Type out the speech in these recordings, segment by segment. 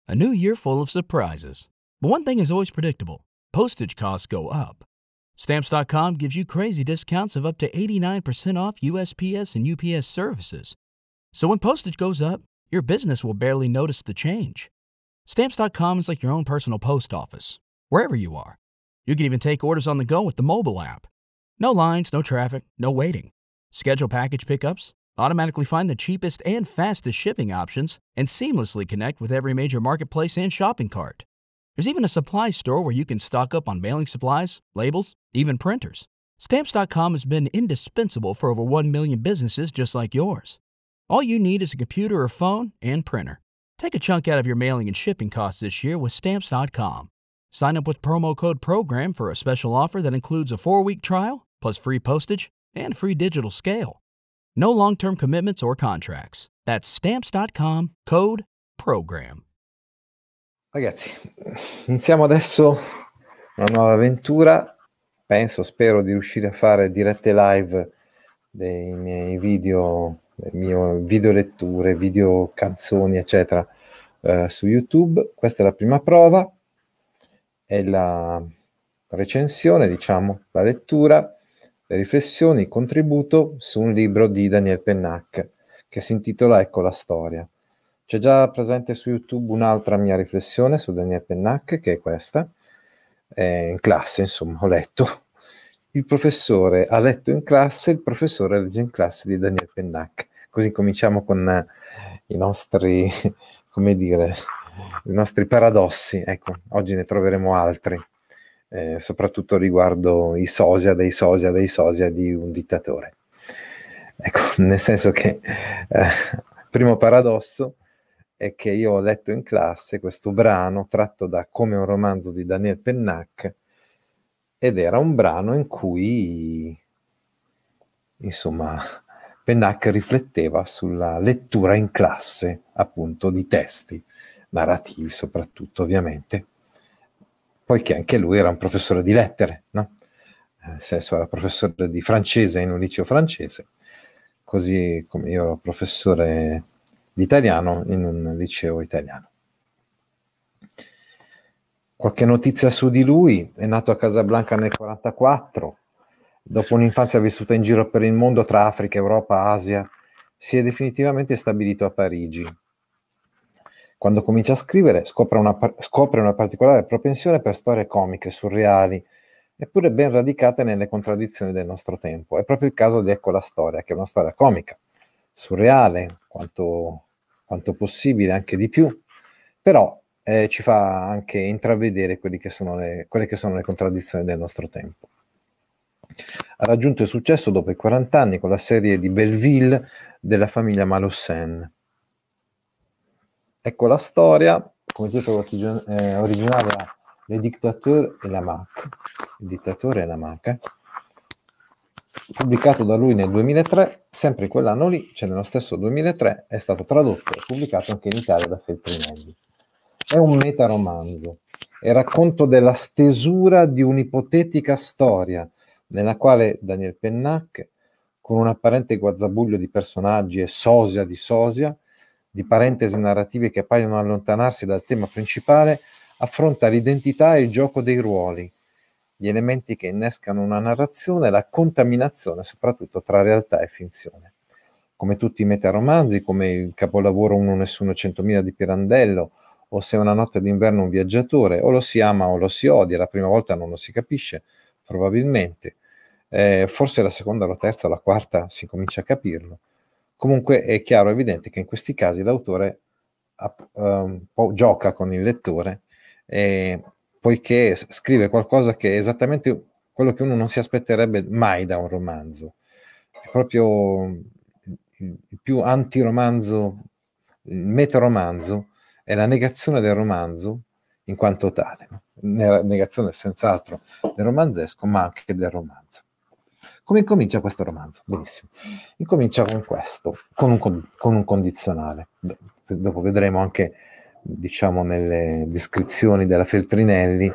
A new year full of surprises. But one thing is always predictable. Postage costs go up. Stamps.com gives you crazy discounts of up to 89% off USPS and UPS services. So when postage goes up, your business will barely notice the change. Stamps.com is like your own personal post office, wherever you are. You can even take orders on the go with the mobile app. No lines, no traffic, no waiting. Schedule package pickups, automatically find the cheapest and fastest shipping options, and seamlessly connect with every major marketplace and shopping cart. There's even a supply store where you can stock up on mailing supplies, labels, even printers. Stamps.com has been indispensable for over 1 million businesses just like yours. All you need is a computer or phone and printer. Take a chunk out of your mailing and shipping costs this year with Stamps.com. Sign up with promo code PROGRAM for a special offer that includes a 4-week trial, plus free postage and free digital scale. No long-term commitments or contracts. That's Stamps.com, code PROGRAM. Ragazzi, iniziamo adesso una nuova avventura. Spero di riuscire a fare dirette live dei miei video, le mie video letture, video canzoni, eccetera, su YouTube. Questa è la prima prova, è la recensione, diciamo, la lettura, le riflessioni, il contributo su un libro di Daniel Pennac che si intitola Ecco la storia. C'è già presente su YouTube un'altra mia riflessione su Daniel Pennac, che è questa. In classe, insomma, ho letto. Il professore ha letto in classe, il professore legge in classe di Daniel Pennac. Così cominciamo con i nostri, come dire, i nostri paradossi. Ecco, oggi ne troveremo altri, soprattutto riguardo i sosia di un dittatore. Ecco, nel senso che primo paradosso è che io ho letto in classe questo brano tratto da Come un romanzo di Daniel Pennac, ed era un brano in cui, insomma, Pennac rifletteva sulla lettura in classe, appunto, di testi narrativi, soprattutto, ovviamente, poiché anche lui era un professore di lettere, no? Nel senso, era professore di francese in un liceo francese, così come io ero professore di italiano in un liceo italiano. Qualche notizia su di lui: è nato a Casablanca nel 1944, dopo un'infanzia vissuta in giro per il mondo tra Africa, Europa, Asia, si è definitivamente stabilito a Parigi. Quando comincia a scrivere scopre una particolare propensione per storie comiche, surreali, eppure ben radicate nelle contraddizioni del nostro tempo. È proprio il caso di Ecco la storia, che è una storia comica, surreale, quanto possibile, anche di più, però ci fa anche intravedere quelle che sono le contraddizioni del nostro tempo. Ha raggiunto il successo dopo i 40 anni con la serie di Belleville della famiglia Malaucène. Ecco la storia, come titolo originale ha Le Dictateur et la Maque, il dittatore e la Maca, pubblicato da lui nel 2003, sempre in quell'anno lì, cioè nello stesso 2003, è stato tradotto e pubblicato anche in Italia da Feltrinelli. È un metaromanzo, è racconto della stesura di un'ipotetica storia nella quale Daniel Pennac, con un apparente guazzabuglio di personaggi e sosia di sosia, di parentesi narrative che paiono allontanarsi dal tema principale, affronta l'identità e il gioco dei ruoli, gli elementi che innescano una narrazione e la contaminazione soprattutto tra realtà e finzione. Come tutti i metaromanzi, come il capolavoro Uno Nessuno 100.000 di Pirandello, o Se una notte d'inverno un viaggiatore, o lo si ama o lo si odia, la prima volta non lo si capisce, probabilmente, forse la seconda, la terza o la quarta si comincia a capirlo. Comunque è chiaro, evidente che in questi casi l'autore gioca con il lettore, poiché scrive qualcosa che è esattamente quello che uno non si aspetterebbe mai da un romanzo. È proprio il più antiromanzo, il metaromanzo è la negazione del romanzo in quanto tale, no? Negazione senz'altro del romanzesco, ma anche del romanzo. Come incomincia questo romanzo? Benissimo. Incomincia con questo, con un condizionale. Dopo vedremo anche, diciamo, nelle descrizioni della Feltrinelli,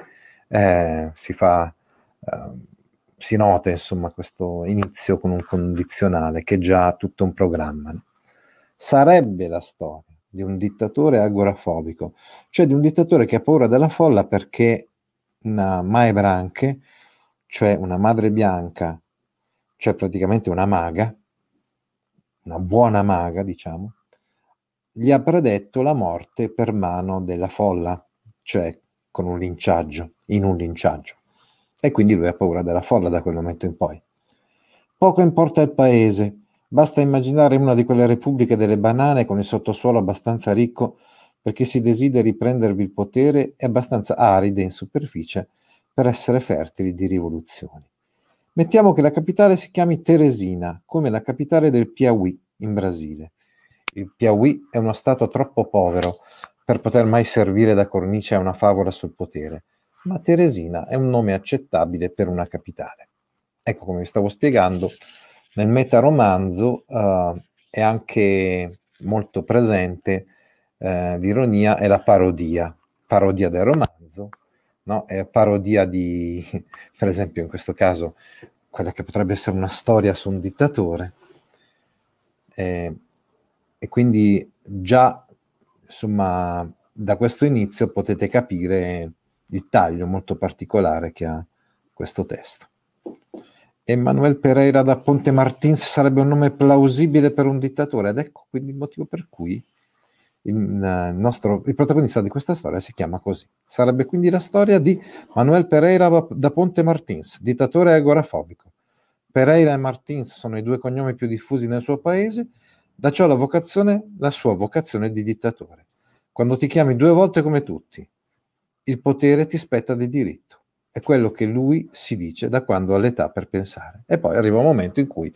si nota, insomma, questo inizio con un condizionale che già ha tutto un programma. Sarebbe la storia, di un dittatore agorafobico, cioè di un dittatore che ha paura della folla perché una Mae Branche, cioè una madre bianca, cioè praticamente una maga, una buona maga, diciamo, gli ha predetto la morte per mano della folla, cioè con un linciaggio, in un linciaggio. E quindi lui ha paura della folla da quel momento in poi. Poco importa il paese, basta immaginare una di quelle repubbliche delle banane con il sottosuolo abbastanza ricco perché si desideri prendervi il potere e abbastanza aride in superficie per essere fertili di rivoluzioni. Mettiamo che la capitale si chiami Teresina, come la capitale del Piauí in Brasile. Il Piauí è uno stato troppo povero per poter mai servire da cornice a una favola sul potere, ma Teresina è un nome accettabile per una capitale. Ecco, come vi stavo spiegando, nel metaromanzo è anche molto presente l'ironia e la parodia del romanzo, no? È parodia di, per esempio in questo caso, quella che potrebbe essere una storia su un dittatore, e quindi già, insomma, da questo inizio potete capire il taglio molto particolare che ha questo testo. Emanuel Pereira da Ponte Martins sarebbe un nome plausibile per un dittatore, ed ecco quindi il motivo per cui il protagonista di questa storia si chiama così. Sarebbe quindi la storia di Manuel Pereira da Ponte Martins, dittatore agorafobico. Pereira e Martins sono i due cognomi più diffusi nel suo paese, da ciò la sua vocazione di dittatore. Quando ti chiami due volte come tutti, il potere ti spetta di diritto. È quello che lui si dice da quando ha l'età per pensare. E poi arriva un momento in cui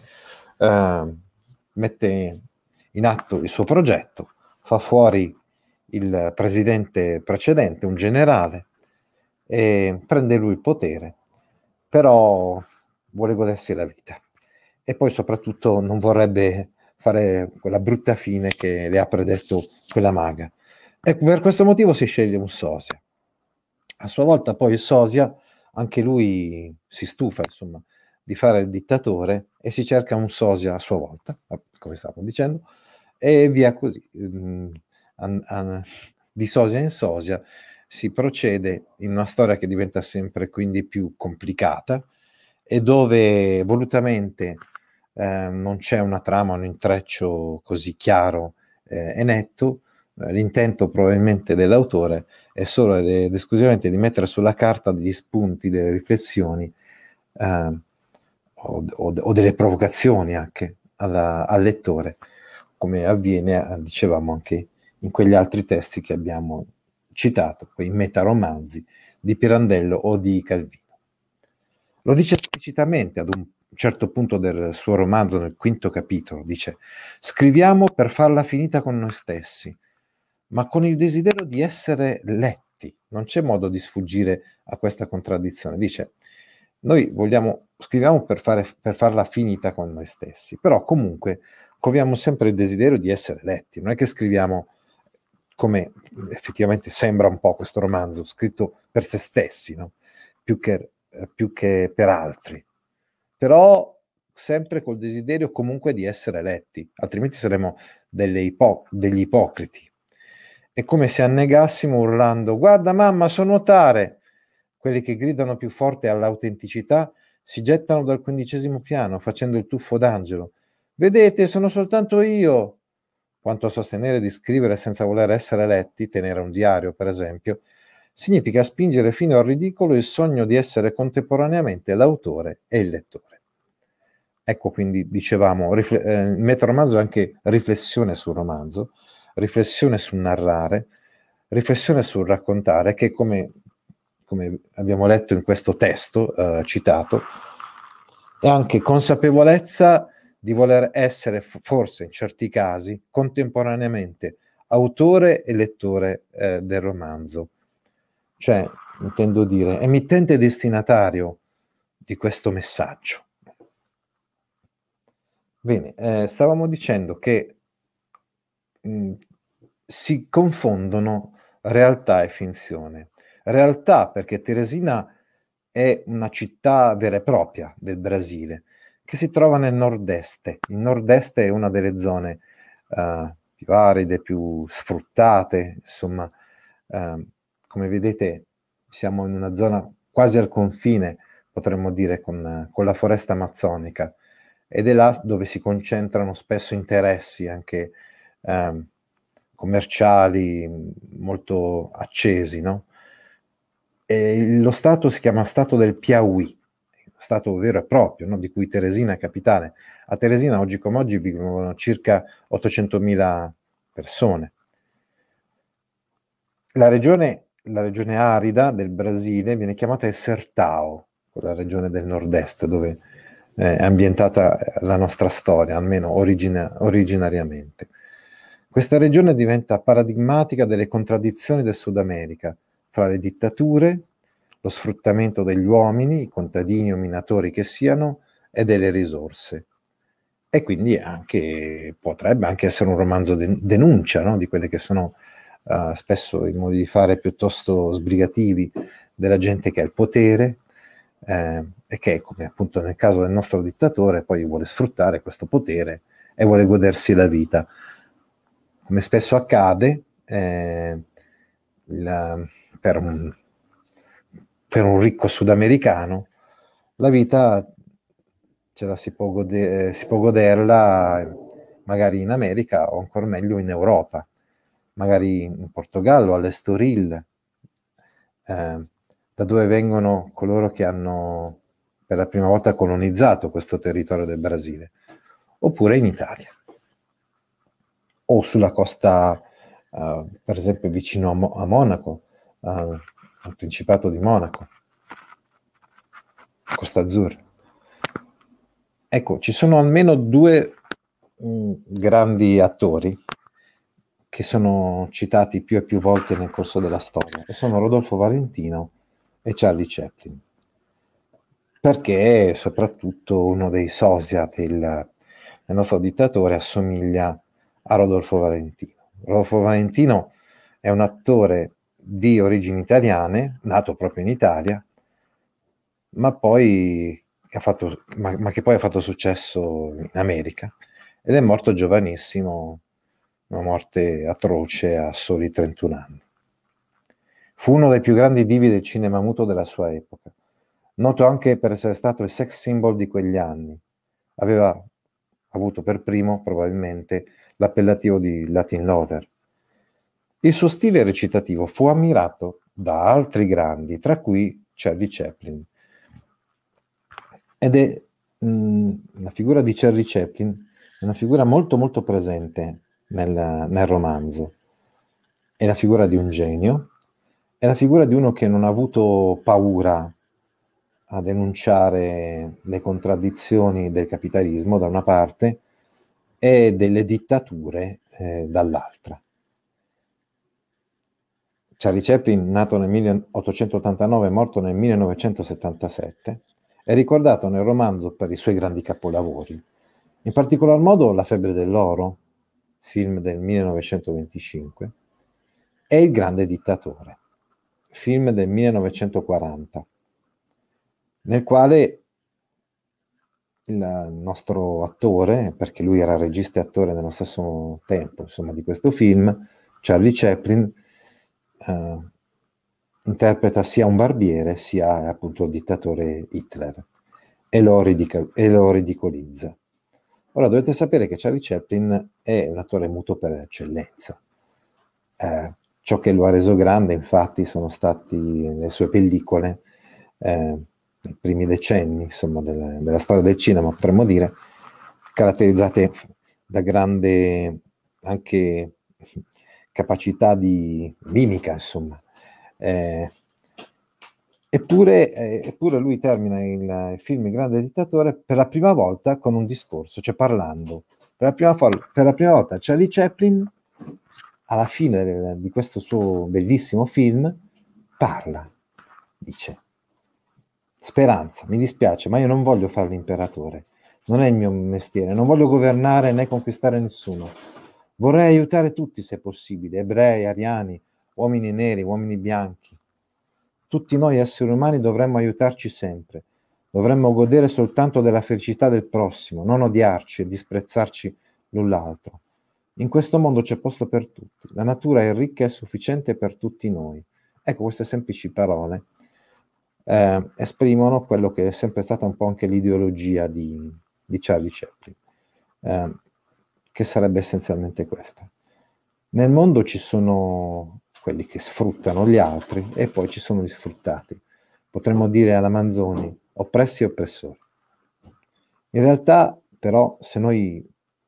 mette in atto il suo progetto, fa fuori il presidente precedente, un generale, e prende lui il potere, però vuole godersi la vita. E poi soprattutto non vorrebbe fare quella brutta fine che le ha predetto quella maga. E per questo motivo si sceglie un sosia. A sua volta poi il sosia, anche lui si stufa, insomma, di fare il dittatore e si cerca un sosia a sua volta, come stavamo dicendo, e via così. Di sosia in sosia si procede in una storia che diventa sempre quindi più complicata e dove volutamente non c'è una trama, un intreccio così chiaro e netto. L'intento probabilmente dell'autore è solo ed esclusivamente di mettere sulla carta degli spunti, delle riflessioni o delle provocazioni anche al lettore, come avviene, dicevamo, anche in quegli altri testi che abbiamo citato, quei metaromanzi di Pirandello o di Calvino. Lo dice esplicitamente ad un certo punto del suo romanzo, nel quinto capitolo, dice: scriviamo per farla finita con noi stessi, ma con il desiderio di essere letti. Non c'è modo di sfuggire a questa contraddizione. Dice: noi scriviamo per farla finita con noi stessi, però comunque coviamo sempre il desiderio di essere letti. Non è che scriviamo come effettivamente sembra un po' questo romanzo, scritto per se stessi, no? più che per altri, però sempre col desiderio comunque di essere letti, altrimenti saremo degli ipocriti. È come se annegassimo urlando: guarda mamma, so nuotare. Quelli che gridano più forte all'autenticità si gettano dal 15° piano facendo il tuffo d'angelo. Vedete, sono soltanto io. Quanto a sostenere di scrivere senza voler essere letti, tenere un diario per esempio, significa spingere fino al ridicolo il sogno di essere contemporaneamente l'autore e il lettore. Ecco, quindi dicevamo, il metaromanzo è anche riflessione sul romanzo, riflessione sul narrare, riflessione sul raccontare, che come abbiamo letto in questo testo citato, è anche consapevolezza di voler essere, forse in certi casi, contemporaneamente autore e lettore del romanzo. Cioè, intendo dire, emittente e destinatario di questo messaggio. Bene, stavamo dicendo che si confondono realtà e finzione. Realtà perché Teresina è una città vera e propria del Brasile, che si trova nel nord-est. Il nord-est è una delle zone più aride, più sfruttate, insomma, come vedete siamo in una zona quasi al confine, potremmo dire, con la foresta amazzonica, ed è là dove si concentrano spesso interessi anche commerciali molto accesi, no? E lo stato si chiama Stato del Piauí, stato vero e proprio, no? Di cui Teresina è capitale. A Teresina oggi come oggi vivono circa 800.000 persone. La regione arida del Brasile viene chiamata il Sertão, quella regione del nord-est dove è ambientata la nostra storia, almeno originariamente. Questa regione diventa paradigmatica delle contraddizioni del Sud America, fra le dittature, lo sfruttamento degli uomini, i contadini o minatori che siano, e delle risorse. E quindi potrebbe anche essere un romanzo denuncia, no? Di quelle che sono spesso i modi di fare piuttosto sbrigativi della gente che ha il potere e che, come appunto nel caso del nostro dittatore, poi vuole sfruttare questo potere e vuole godersi la vita. Come spesso accade, per un ricco sudamericano, la vita si può goderla magari in America o ancora meglio in Europa, magari in Portogallo, all'Estoril, da dove vengono coloro che hanno per la prima volta colonizzato questo territorio del Brasile, oppure in Italia, o sulla costa, per esempio vicino a Monaco, al Principato di Monaco, Costa Azzurra. Ecco, ci sono almeno due grandi attori che sono citati più e più volte nel corso della storia, e sono Rodolfo Valentino e Charlie Chaplin, perché soprattutto uno dei sosia del nostro dittatore assomiglia a Rodolfo Valentino. Rodolfo Valentino è un attore di origini italiane, nato proprio in Italia, ma che poi ha fatto successo in America ed è morto giovanissimo, una morte atroce a soli 31 anni. Fu uno dei più grandi divi del cinema muto della sua epoca, noto anche per essere stato il sex symbol di quegli anni. Aveva avuto per primo, probabilmente, l'appellativo di Latin Lover. Il suo stile recitativo fu ammirato da altri grandi, tra cui Charlie Chaplin. Ed è la figura di Charlie Chaplin è una figura molto molto presente nel romanzo. È la figura di un genio, è la figura di uno che non ha avuto paura a denunciare le contraddizioni del capitalismo da una parte e delle dittature dall'altra. Charlie Chaplin, nato nel 1889 e morto nel 1977, è ricordato nel romanzo per i suoi grandi capolavori, in particolar modo La febbre dell'oro, film del 1925, e Il grande dittatore, film del 1940, nel quale il nostro attore, perché lui era regista e attore nello stesso tempo, insomma, di questo film, Charlie Chaplin, interpreta sia un barbiere sia appunto il dittatore Hitler e lo ridicolizza. Ora dovete sapere che Charlie Chaplin è un attore muto per eccellenza. Ciò che lo ha reso grande, infatti, sono stati le sue pellicole nei primi decenni, insomma, della storia del cinema, potremmo dire, caratterizzate da grande anche capacità di mimica, insomma. Eppure lui termina il film Il grande dittatore per la prima volta con un discorso, cioè parlando. Per la prima volta Charlie Chaplin, alla fine di questo suo bellissimo film, parla, dice: Speranza, mi dispiace, ma io non voglio fare l'imperatore, non è il mio mestiere, non voglio governare né conquistare nessuno. Vorrei aiutare tutti se possibile, ebrei, ariani, uomini neri, uomini bianchi. Tutti noi esseri umani dovremmo aiutarci sempre, dovremmo godere soltanto della felicità del prossimo, non odiarci e disprezzarci l'un l'altro. In questo mondo c'è posto per tutti. La natura è ricca e sufficiente per tutti noi. Ecco, queste semplici parole esprimono quello che è sempre stata un po' anche l'ideologia di Charlie Chaplin, che sarebbe essenzialmente questa. Nel mondo ci sono quelli che sfruttano gli altri e poi ci sono gli sfruttati. Potremmo dire alla Manzoni, oppressi e oppressori. In realtà, però, se noi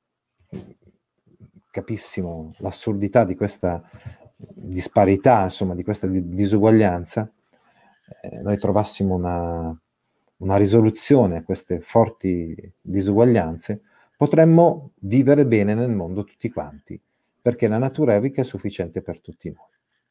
capissimo l'assurdità di questa disparità, insomma, di questa disuguaglianza, noi trovassimo una risoluzione a queste forti disuguaglianze, potremmo vivere bene nel mondo tutti quanti, perché la natura è ricca e sufficiente per tutti noi.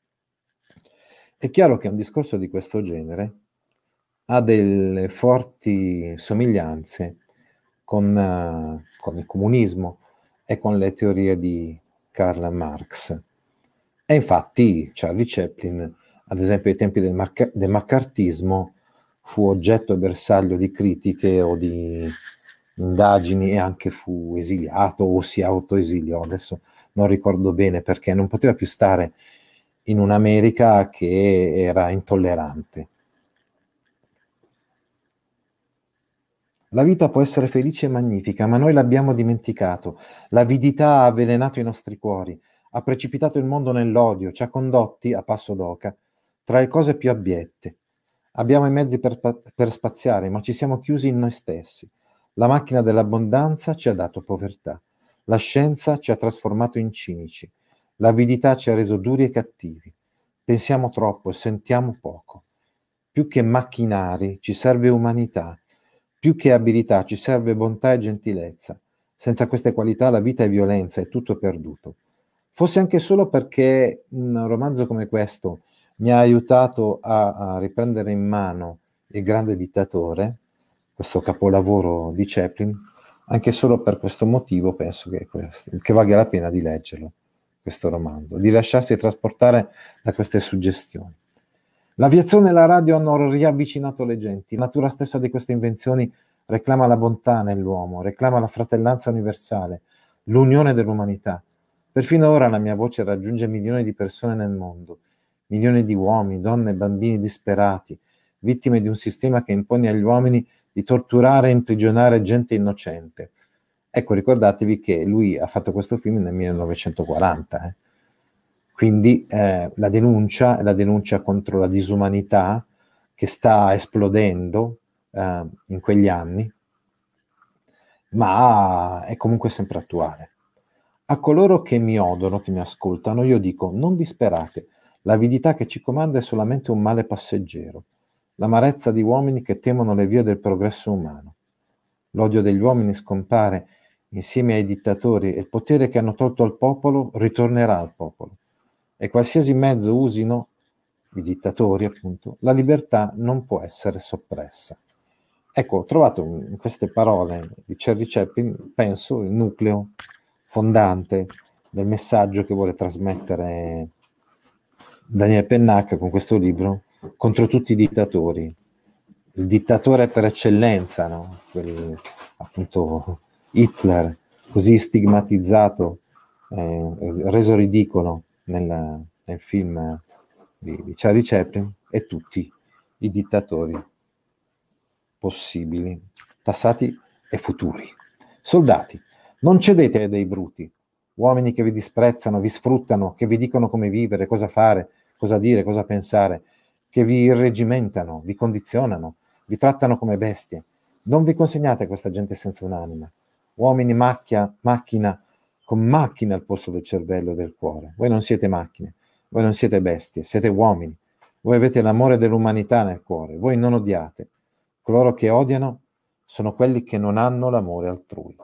È chiaro che un discorso di questo genere ha delle forti somiglianze con il comunismo e con le teorie di Karl Marx. E infatti Charlie Chaplin, ad esempio ai tempi del maccartismo, fu oggetto e bersaglio di critiche o di indagini e anche fu esiliato o si autoesiliò. Adesso non ricordo bene perché non poteva più stare in un'America che era intollerante. La vita può essere felice e magnifica, ma noi l'abbiamo dimenticato. L'avidità ha avvelenato i nostri cuori, ha precipitato il mondo nell'odio, ci ha condotti, a passo d'oca, tra le cose più abiette. Abbiamo i mezzi per spaziare, ma ci siamo chiusi in noi stessi. La macchina dell'abbondanza ci ha dato povertà. La scienza ci ha trasformato in cinici. L'avidità ci ha reso duri e cattivi. Pensiamo troppo e sentiamo poco. Più che macchinari ci serve umanità. Più che abilità ci serve bontà e gentilezza. Senza queste qualità la vita è violenza, è tutto perduto. Fosse anche solo perché un romanzo come questo mi ha aiutato a riprendere in mano Il grande dittatore, questo capolavoro di Chaplin, anche solo per questo motivo penso che valga la pena di leggerlo, questo romanzo, di lasciarsi trasportare da queste suggestioni. L'aviazione e la radio hanno riavvicinato le genti. La natura stessa di queste invenzioni reclama la bontà nell'uomo, reclama la fratellanza universale, l'unione dell'umanità. Perfino ora la mia voce raggiunge milioni di persone nel mondo, milioni di uomini, donne e bambini disperati, vittime di un sistema che impone agli uomini di torturare e imprigionare gente innocente. Ecco, ricordatevi che lui ha fatto questo film nel 1940, Quindi la denuncia è la denuncia contro la disumanità che sta esplodendo in quegli anni, ma è comunque sempre attuale. A coloro che mi odono, che mi ascoltano, io dico: non disperate, l'avidità che ci comanda è solamente un male passeggero, l'amarezza di uomini che temono le vie del progresso umano. L'odio degli uomini scompare insieme ai dittatori e il potere che hanno tolto al popolo ritornerà al popolo. E qualsiasi mezzo usino i dittatori, appunto, la libertà non può essere soppressa. Ecco, ho trovato in queste parole di Charlie Chaplin, penso, il nucleo fondante del messaggio che vuole trasmettere Daniel Pennac con questo libro contro tutti i dittatori. Il dittatore per eccellenza, no? Appunto Hitler, così stigmatizzato, reso ridicolo nel film di Charlie Chaplin, e tutti i dittatori possibili, passati e futuri. Soldati, non cedete ai dei bruti, uomini che vi disprezzano, vi sfruttano, che vi dicono come vivere, cosa fare, cosa dire, cosa pensare, che vi irregimentano, vi condizionano, vi trattano come bestie. Non vi consegnate a questa gente senza un'anima. Uomini macchina, con macchine al posto del cervello e del cuore. Voi non siete macchine, voi non siete bestie, siete uomini. Voi avete l'amore dell'umanità nel cuore, voi non odiate. Coloro che odiano sono quelli che non hanno l'amore altrui.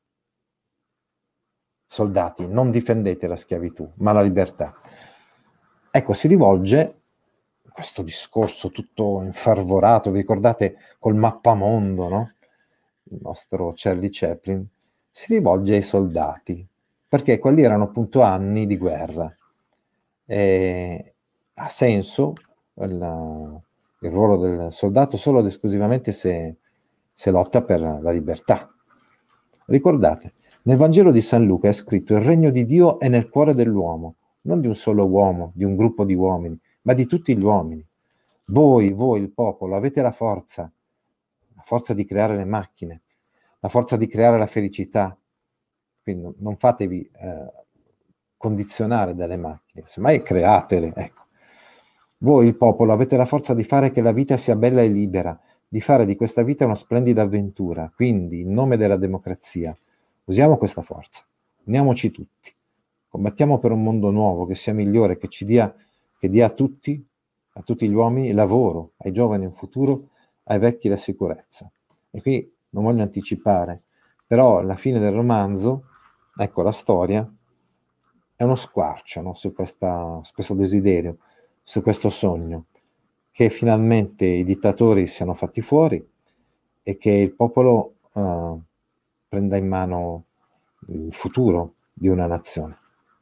Soldati, non difendete la schiavitù, ma la libertà. Ecco, si rivolge questo discorso tutto infervorato, vi ricordate col mappamondo, no? Il nostro Charlie Chaplin si rivolge ai soldati, perché quelli erano appunto anni di guerra. E ha senso il ruolo del soldato solo ed esclusivamente se lotta per la libertà. Ricordate, Nel Vangelo di San Luca è scritto: il regno di Dio è nel cuore dell'uomo, non di un solo uomo, di un gruppo di uomini, ma di tutti gli uomini. Voi, il popolo, avete la forza di creare le macchine, la forza di creare la felicità. Quindi non fatevi condizionare dalle macchine, semmai createle, ecco. Voi, il popolo, avete la forza di fare che la vita sia bella e libera, di fare di questa vita una splendida avventura. Quindi, in nome della democrazia, usiamo questa forza, uniamoci tutti, combattiamo per un mondo nuovo che sia migliore, che dia a tutti gli uomini lavoro, ai giovani un futuro, ai vecchi la sicurezza. E qui non voglio anticipare, però alla fine del romanzo, ecco, la storia è uno squarcio, no, su questo desiderio, su questo sogno, che finalmente i dittatori siano fatti fuori e che il popolo prenda in mano il futuro di una nazione.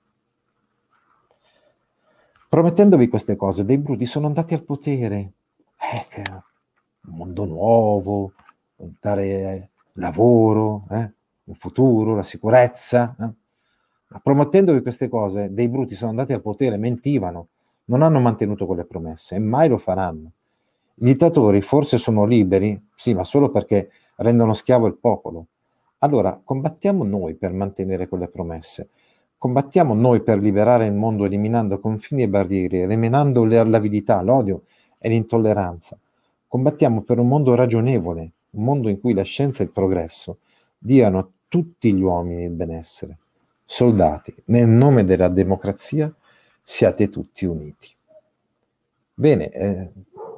Promettendovi queste cose, dei bruti sono andati al potere, che un mondo nuovo, dare lavoro, un futuro, la sicurezza. Ma promettendovi queste cose, dei bruti sono andati al potere, mentivano, non hanno mantenuto quelle promesse e mai lo faranno. I dittatori forse sono liberi, sì, ma solo perché rendono schiavo il popolo. Allora, combattiamo noi per mantenere quelle promesse. Combattiamo noi per liberare il mondo eliminando confini e barriere, eliminando l'avidità, l'odio e l'intolleranza. Combattiamo per un mondo ragionevole, un mondo in cui la scienza e il progresso diano a tutti gli uomini il benessere. Soldati, nel nome della democrazia, siate tutti uniti. Bene,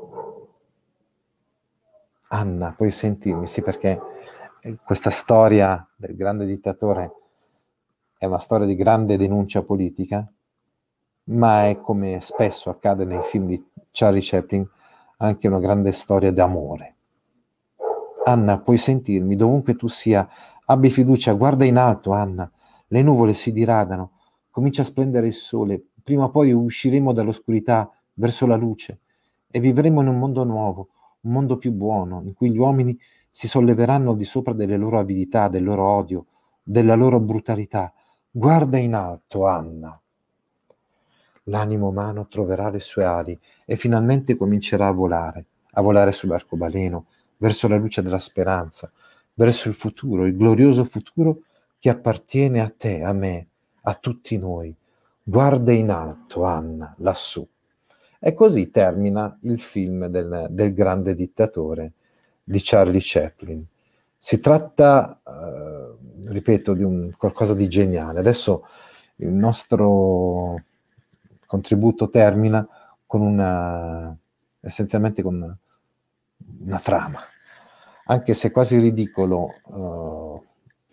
Anna, puoi sentirmi? Sì, perché questa storia del grande dittatore è una storia di grande denuncia politica, ma è, come spesso accade nei film di Charlie Chaplin, anche una grande storia d'amore. Anna, puoi sentirmi? Dovunque tu sia, abbi fiducia, guarda in alto, Anna. Le nuvole si diradano, comincia a splendere il sole, prima o poi usciremo dall'oscurità verso la luce e vivremo in un mondo nuovo, un mondo più buono, in cui gli uomini si solleveranno al di sopra delle loro avidità, del loro odio, della loro brutalità. Guarda in alto, Anna. L'animo umano troverà le sue ali e finalmente comincerà a volare sull'arcobaleno, verso la luce della speranza, verso il futuro, il glorioso futuro che appartiene a te, a me, a tutti noi. Guarda in alto, Anna, lassù. E così termina il film del grande dittatore di Charlie Chaplin. Si tratta, ripeto, di qualcosa di geniale. Adesso il nostro contributo termina con essenzialmente con una trama, anche se è quasi ridicolo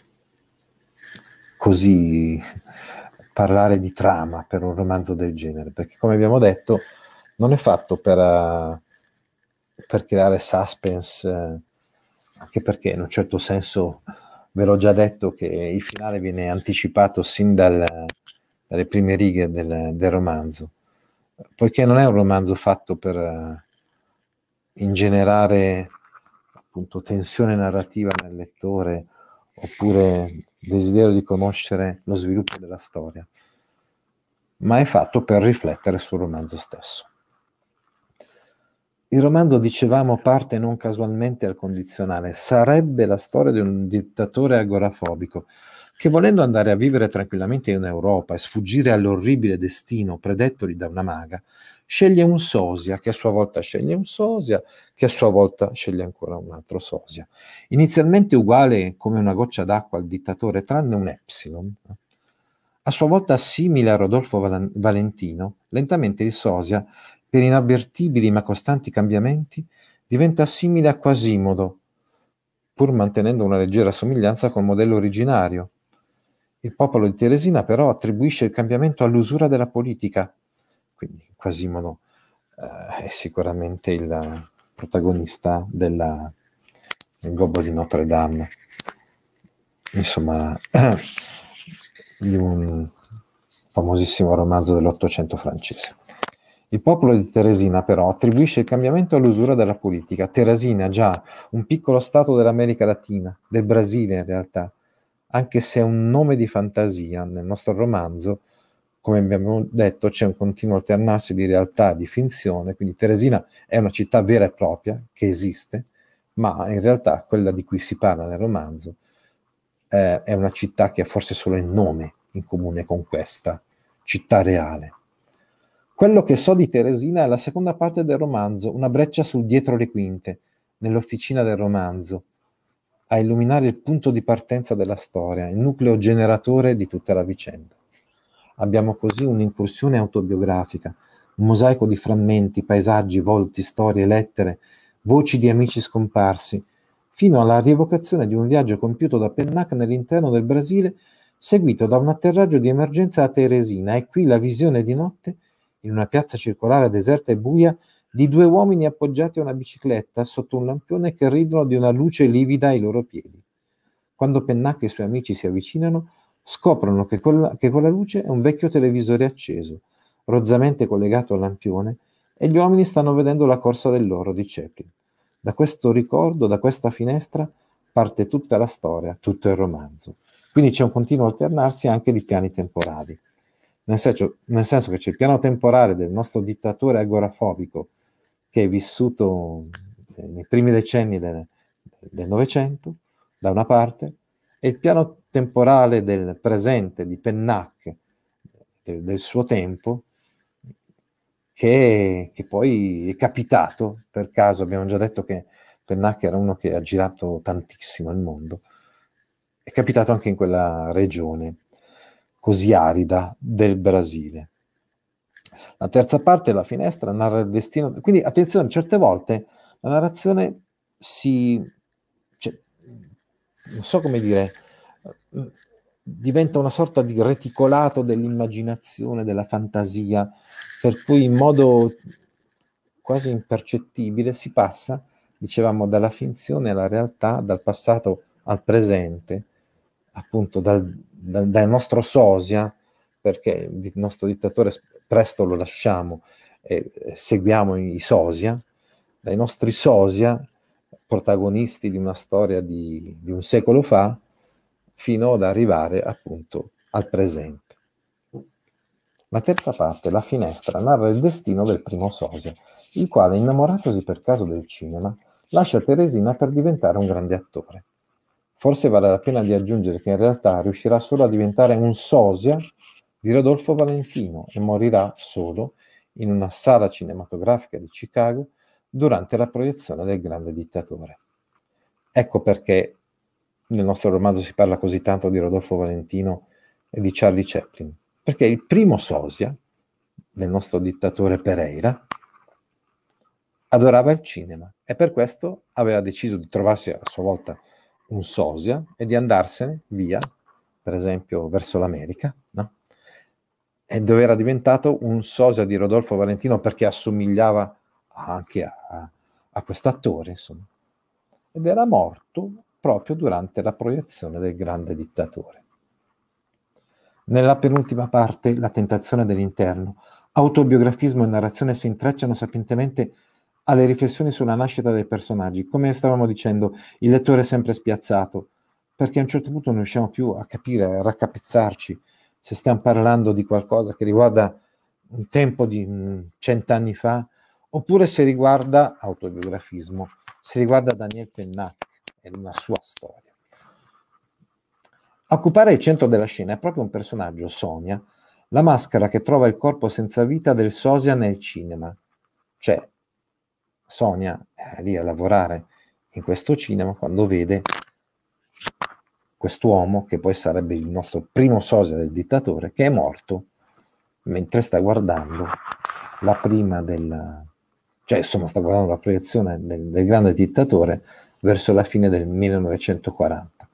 così parlare di trama per un romanzo del genere, perché come abbiamo detto non è fatto per creare suspense, anche perché in un certo senso ve l'ho già detto che il finale viene anticipato sin dalle prime righe del romanzo, poiché non è un romanzo fatto per ingenerare appunto tensione narrativa nel lettore oppure desiderio di conoscere lo sviluppo della storia, ma è fatto per riflettere sul romanzo stesso. Il romanzo, dicevamo, parte non casualmente al condizionale. Sarebbe la storia di un dittatore agorafobico che, volendo andare a vivere tranquillamente in Europa e sfuggire all'orribile destino predettogli da una maga, sceglie un sosia, che a sua volta sceglie un sosia, che a sua volta sceglie ancora un altro sosia. Inizialmente uguale come una goccia d'acqua al dittatore, tranne un epsilon, a sua volta simile a Rodolfo Valentino, lentamente il sosia, per inavvertibili ma costanti cambiamenti, diventa simile a Quasimodo, pur mantenendo una leggera somiglianza col modello originario. Il popolo di Teresina però attribuisce il cambiamento all'usura della politica, quindi Quasimodo è sicuramente il protagonista del Gobbo di Notre Dame, insomma, di un famosissimo romanzo dell'Ottocento francese. Il popolo di Teresina però attribuisce il cambiamento all'usura della politica. Teresina, già un piccolo stato dell'America Latina, del Brasile in realtà, anche se è un nome di fantasia, nel nostro romanzo, come abbiamo detto, c'è un continuo alternarsi di realtà e di finzione, quindi Teresina è una città vera e propria, che esiste, ma in realtà quella di cui si parla nel romanzo è una città che ha forse solo il nome in comune con questa città reale. Quello che so di Teresina è la seconda parte del romanzo, una breccia sul dietro le quinte, nell'officina del romanzo, a illuminare il punto di partenza della storia, il nucleo generatore di tutta la vicenda. Abbiamo così un'incursione autobiografica, un mosaico di frammenti, paesaggi, volti, storie, lettere, voci di amici scomparsi, fino alla rievocazione di un viaggio compiuto da Pennac nell'interno del Brasile, seguito da un atterraggio di emergenza a Teresina, e qui la visione di notte, in una piazza circolare deserta e buia, di due uomini appoggiati a una bicicletta sotto un lampione che ridono di una luce livida ai loro piedi. Quando Pennac e i suoi amici si avvicinano, scoprono che quella luce è un vecchio televisore acceso, rozzamente collegato al lampione, e gli uomini stanno vedendo la corsa dell'oro di Chaplin. Da questo ricordo, da questa finestra, parte tutta la storia, tutto il romanzo. Quindi c'è un continuo alternarsi anche di piani temporali. Nel senso che c'è il piano temporale del nostro dittatore agorafobico che è vissuto nei primi decenni del Novecento, da una parte, e il piano temporale del presente di Pennac, del suo tempo, che poi è capitato per caso. Abbiamo già detto che Pennac era uno che ha girato tantissimo il mondo, è capitato anche in quella regione così arida del Brasile. La terza parte, La finestra, narra il destino. Quindi attenzione, certe volte la narrazione non so come dire, diventa una sorta di reticolato dell'immaginazione, della fantasia, per cui in modo quasi impercettibile si passa, dicevamo, dalla finzione alla realtà, dal passato al presente, appunto dal nostro sosia, perché il nostro dittatore presto lo lasciamo e seguiamo i sosia, dai nostri sosia, protagonisti di una storia di un secolo fa, fino ad arrivare appunto al presente. La terza parte, La finestra, narra il destino del primo sosia, il quale, innamoratosi per caso del cinema, lascia Teresina per diventare un grande attore. Forse vale la pena di aggiungere che in realtà riuscirà solo a diventare un sosia di Rodolfo Valentino e morirà solo in una sala cinematografica di Chicago durante la proiezione del Grande Dittatore. Ecco perché nel nostro romanzo si parla così tanto di Rodolfo Valentino e di Charlie Chaplin, perché il primo sosia del nostro dittatore Pereira adorava il cinema e per questo aveva deciso di trovarsi a sua volta un sosia e di andarsene via, per esempio verso l'America, no? E dove era diventato un sosia di Rodolfo Valentino perché assomigliava anche a questo attore, insomma. Ed era morto proprio durante la proiezione del Grande Dittatore. Nella penultima parte, La tentazione dell'interno, autobiografismo e narrazione si intrecciano sapientemente alle riflessioni sulla nascita dei personaggi. Come stavamo dicendo, il lettore è sempre spiazzato, perché a un certo punto non riusciamo più a capire, a raccapezzarci se stiamo parlando di qualcosa che riguarda un tempo di 100 anni fa, oppure se riguarda autobiografismo, se riguarda Daniel Pennac e una sua storia. A occupare il centro della scena è proprio un personaggio, Sonia, la maschera che trova il corpo senza vita del sosia nel cinema. Cioè, Sonia è lì a lavorare in questo cinema quando vede quest'uomo, che poi sarebbe il nostro primo sosia del dittatore, che è morto mentre sta guardando la prima sta guardando la proiezione del Grande Dittatore verso la fine del 1940.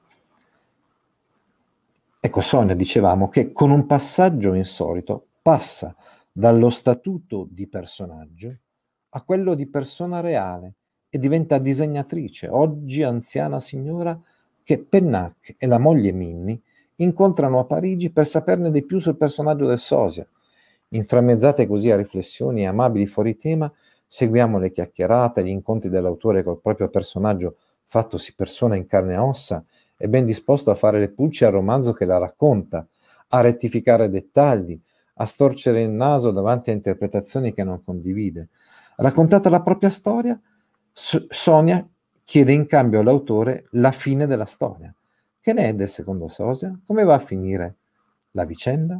Ecco, Sonia, dicevamo, che con un passaggio insolito passa dallo statuto di personaggio a quello di persona reale e diventa disegnatrice, oggi anziana signora, che Pennac e la moglie Minnie incontrano a Parigi per saperne di più sul personaggio del sosia. Inframmezzate così a riflessioni e amabili fuori tema, seguiamo le chiacchierate, gli incontri dell'autore col proprio personaggio fattosi persona in carne e ossa è ben disposto a fare le pulci al romanzo che la racconta, a rettificare dettagli, a storcere il naso davanti a interpretazioni che non condivide. Raccontata la propria storia, Sonia chiede in cambio all'autore la fine della storia. Che ne è del secondo sosia? Come va a finire la vicenda?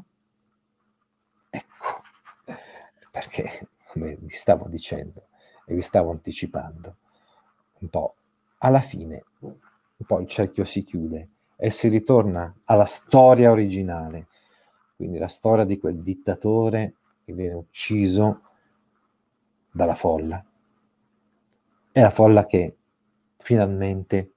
Ecco, perché, come vi stavo dicendo e vi stavo anticipando, un po' alla fine, un po' il cerchio si chiude e si ritorna alla storia originale, quindi la storia di quel dittatore che viene ucciso dalla folla. È la folla che finalmente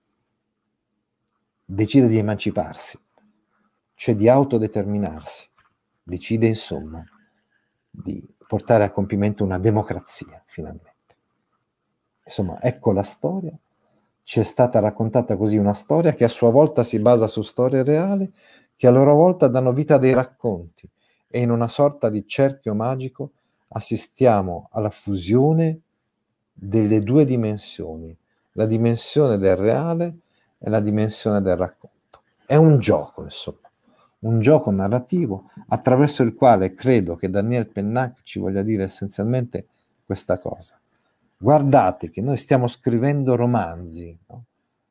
decide di emanciparsi, cioè di autodeterminarsi, decide insomma di portare a compimento una democrazia finalmente. Insomma, ecco la storia. Ci è stata raccontata così una storia che a sua volta si basa su storie reali, che a loro volta danno vita a dei racconti, e in una sorta di cerchio magico assistiamo alla fusione delle due dimensioni, la dimensione del reale e la dimensione del racconto. È un gioco, insomma, un gioco narrativo attraverso il quale credo che Daniel Pennac ci voglia dire essenzialmente questa cosa. Guardate che noi stiamo scrivendo romanzi, no?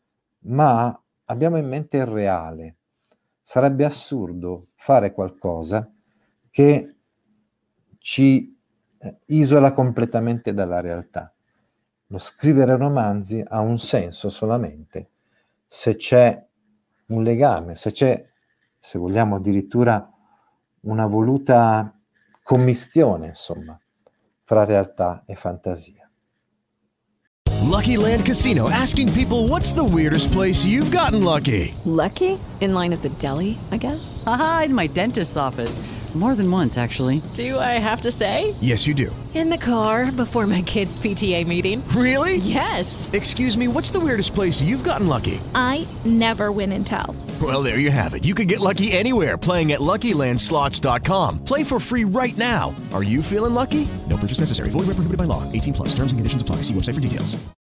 Ma abbiamo in mente il reale. Sarebbe assurdo fare qualcosa che ci isola completamente dalla realtà. Lo scrivere romanzi ha un senso solamente se c'è un legame, se c'è, se vogliamo addirittura, una voluta commistione, insomma, fra realtà e fantasia. Lucky Land Casino, asking people, what's the weirdest place you've gotten lucky? Lucky? In line at the deli, I guess? Aha, in my dentist's office. More than once, actually. Do I have to say? Yes, you do. In the car before my kids' PTA meeting. Really? Yes. Excuse me, what's the weirdest place you've gotten lucky? I never win and tell. Well, there you have it. You can get lucky anywhere, playing at LuckyLandSlots.com. Play for free right now. Are you feeling lucky? No purchase necessary. Void where prohibited by law. 18+. Terms and conditions apply. See website for details.